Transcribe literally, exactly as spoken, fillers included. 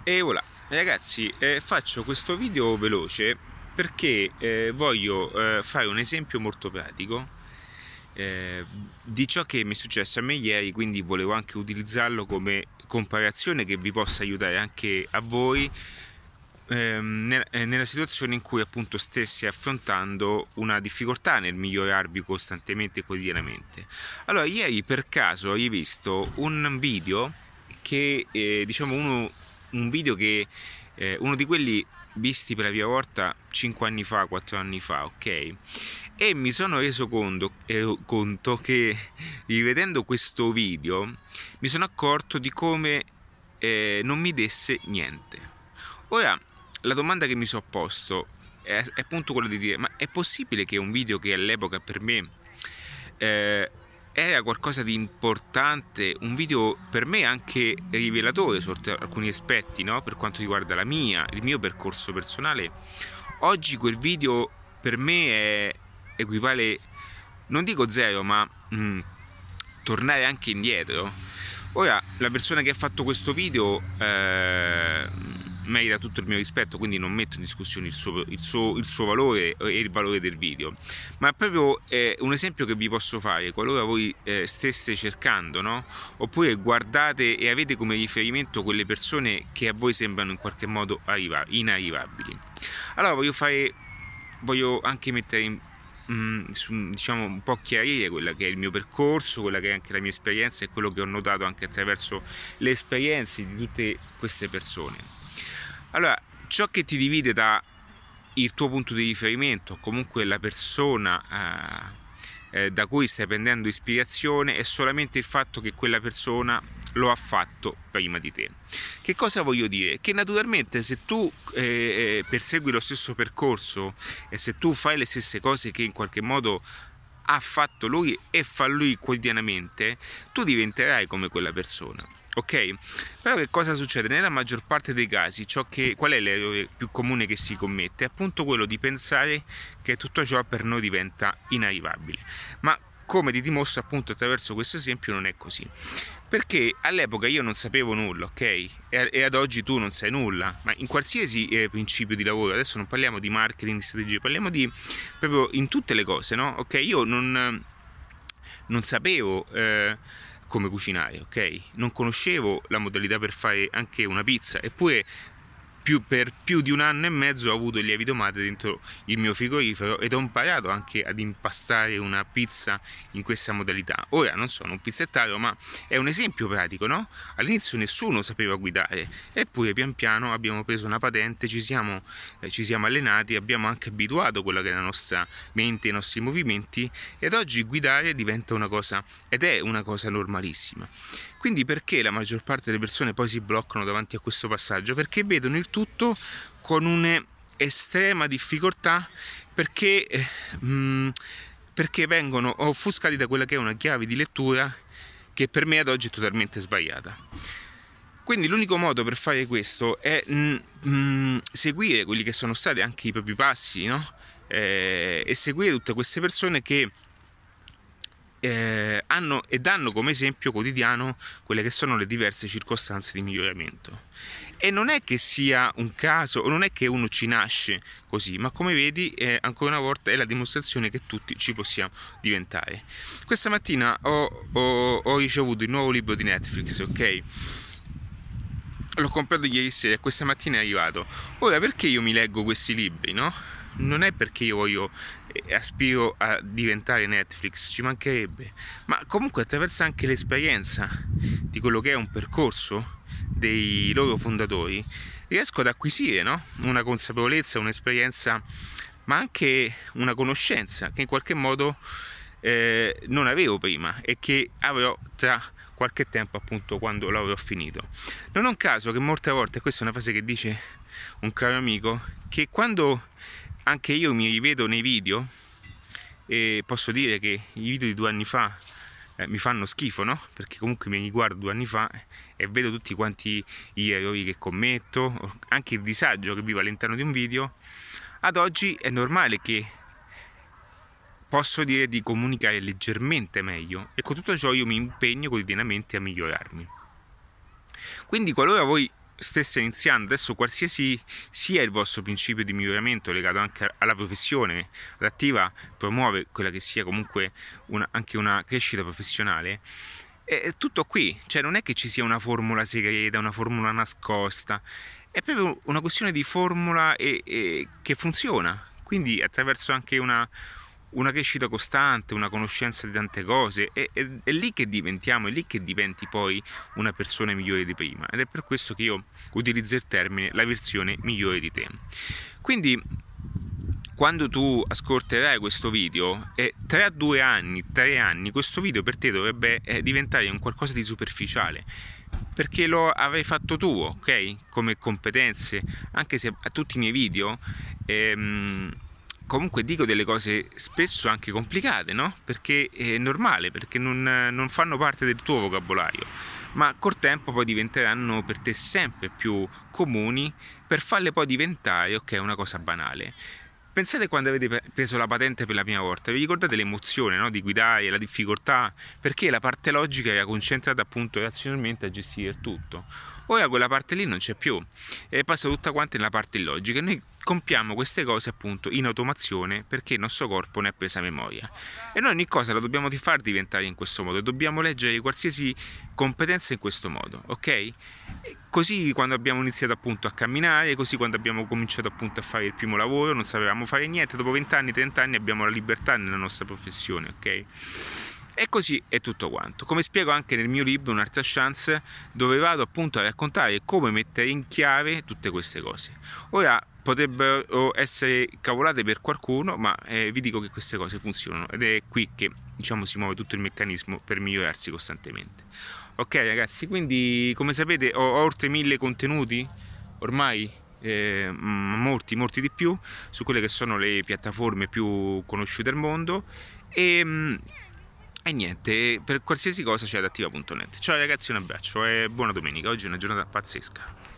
E voilà, ragazzi, eh, faccio questo video veloce perché eh, voglio eh, fare un esempio molto pratico eh, di ciò che mi è successo a me ieri, quindi volevo anche utilizzarlo come comparazione che vi possa aiutare anche a voi ehm, nel- eh, nella situazione in cui appunto stessi affrontando una difficoltà nel migliorarvi costantemente e quotidianamente. Allora, ieri per caso ho rivisto un video che eh, diciamo uno un video che eh, uno di quelli visti per la prima volta cinque anni fa, quattro anni fa, ok? E mi sono reso conto, eh, conto che rivedendo questo video mi sono accorto di come eh, non mi desse niente. Ora, la domanda che mi sono posto è, è appunto quella di dire: ma è possibile che un video che all'epoca per me eh, era qualcosa di importante, un video per me anche rivelatore sotto alcuni aspetti, no? Per quanto riguarda la mia, il mio percorso personale, oggi quel video per me è, equivale, non dico zero, ma mh, tornare anche indietro. Ora, la persona che ha fatto questo video eh, merita tutto il mio rispetto, quindi non metto in discussione il suo, il suo, il suo valore e il valore del video, ma è proprio eh, un esempio che vi posso fare qualora voi eh, stesse cercando, no? Oppure guardate e avete come riferimento quelle persone che a voi sembrano in qualche modo arriva- inarrivabili. Allora voglio fare, voglio anche mettere in Mm, su, diciamo un po' chiarire quella che è il mio percorso, quella che è anche la mia esperienza e quello che ho notato anche attraverso le esperienze di tutte queste persone. Allora, ciò che ti divide da il tuo punto di riferimento, comunque la persona eh, eh, da cui stai prendendo ispirazione, è solamente il fatto che quella persona lo ha fatto prima di te. Che cosa voglio dire? Che naturalmente se tu eh, persegui lo stesso percorso e se tu fai le stesse cose che in qualche modo ha fatto lui e fa lui quotidianamente, tu diventerai come quella persona, ok? Però che cosa succede? Nella maggior parte dei casi, ciò che, qual è l'errore più comune che si commette? È appunto quello di pensare che tutto ciò per noi diventa inarrivabile. Ma come ti dimostro appunto attraverso questo esempio, non è così. Perché all'epoca io non sapevo nulla, ok? E ad oggi tu non sai nulla, ma in qualsiasi eh, principio di lavoro, adesso non parliamo di marketing, di strategia, parliamo di proprio in tutte le cose, no? Ok, io non, non sapevo eh, come cucinare, ok? Non conoscevo la modalità per fare anche una pizza, eppure più, per più di un anno e mezzo ho avuto il lievito madre dentro il mio frigorifero ed ho imparato anche ad impastare una pizza in questa modalità. Ora non sono un pizzettaio, ma è un esempio pratico, no? All'inizio nessuno sapeva guidare, eppure pian piano abbiamo preso una patente, ci siamo, eh, ci siamo allenati, abbiamo anche abituato quella che è la nostra mente, i nostri movimenti, ed oggi guidare diventa una cosa, ed è una cosa normalissima. Quindi perché la maggior parte delle persone poi si bloccano davanti a questo passaggio? Perché vedono il tutto con un'estrema difficoltà, perché, eh, mh, perché vengono offuscati da quella che è una chiave di lettura che per me ad oggi è totalmente sbagliata. Quindi l'unico modo per fare questo è mh, mh, seguire quelli che sono stati anche i propri passi, no? Eh, e seguire tutte queste persone che Eh, hanno e danno come esempio quotidiano quelle che sono le diverse circostanze di miglioramento. E non è che sia un caso, o non è che uno ci nasce così, ma come vedi, eh, ancora una volta è la dimostrazione che tutti ci possiamo diventare. Questa mattina ho, ho, ho ricevuto il nuovo libro di Netflix, ok? L'ho comprato ieri sera e questa mattina è arrivato. Ora, perché io mi leggo questi libri, no? Non è perché io voglio eh, aspiro a diventare Netflix, ci mancherebbe, ma comunque attraverso anche l'esperienza di quello che è un percorso dei loro fondatori riesco ad acquisire, no? Una consapevolezza, un'esperienza, ma anche una conoscenza che in qualche modo eh, non avevo prima e che avrò tra qualche tempo, appunto, quando l'avrò finito. Non è un caso che molte volte, questa è una frase che dice un caro amico, che quando anche io mi rivedo nei video, e posso dire che i video di due anni fa eh, mi fanno schifo, no? Perché comunque mi riguardo due anni fa e vedo tutti quanti gli errori che commetto, anche il disagio che vivo all'interno di un video. Ad oggi è normale che posso dire di comunicare leggermente meglio e con tutto ciò io mi impegno quotidianamente a migliorarmi. Quindi qualora voi stesse iniziando adesso, qualsiasi sia il vostro principio di miglioramento legato anche alla professione adattiva, promuove quella che sia comunque una, anche una crescita professionale, è tutto qui, cioè non è che ci sia una formula segreta, una formula nascosta, è proprio una questione di formula e, e che funziona, quindi attraverso anche una, una crescita costante, una conoscenza di tante cose, è, è, è lì che diventiamo, è lì che diventi poi una persona migliore di prima, ed è per questo che io utilizzo il termine la versione migliore di te. Quindi quando tu ascolterai questo video, eh, tra due anni, tre anni, questo video per te dovrebbe eh, diventare un qualcosa di superficiale, perché lo avrai fatto tu, ok? Come competenze, anche se a tutti i miei video ehm, comunque dico delle cose spesso anche complicate, no? Perché è normale, perché non, non fanno parte del tuo vocabolario, ma col tempo poi diventeranno per te sempre più comuni, per farle poi diventare, ok, una cosa banale. Pensate quando avete preso la patente per la prima volta, vi ricordate l'emozione, no? Di guidare, la difficoltà, perché la parte logica era concentrata appunto razionalmente a gestire il tutto. Ora quella parte lì non c'è più e passa tutta quanta nella parte illogica, e noi compiamo queste cose appunto in automazione perché il nostro corpo ne ha presa memoria, e noi ogni cosa la dobbiamo far diventare in questo modo, dobbiamo leggere qualsiasi competenza in questo modo, ok? E così quando abbiamo iniziato appunto a camminare, così quando abbiamo cominciato appunto a fare il primo lavoro, non sapevamo fare niente, dopo venti anni, trenta anni abbiamo la libertà nella nostra professione, ok? E così è tutto quanto. Come spiego anche nel mio libro Un'altra chance, dove vado appunto a raccontare come mettere in chiave tutte queste cose. Ora potrebbero essere cavolate per qualcuno, ma eh, vi dico che queste cose funzionano, ed è qui che diciamo si muove tutto il meccanismo per migliorarsi costantemente. Ok ragazzi, quindi come sapete ho, ho oltre mille contenuti ormai, eh, molti molti di più, su quelle che sono le piattaforme più conosciute al mondo, e E niente, per qualsiasi cosa c'è adattiva punto net. Ciao ragazzi, un abbraccio e buona domenica, oggi è una giornata pazzesca.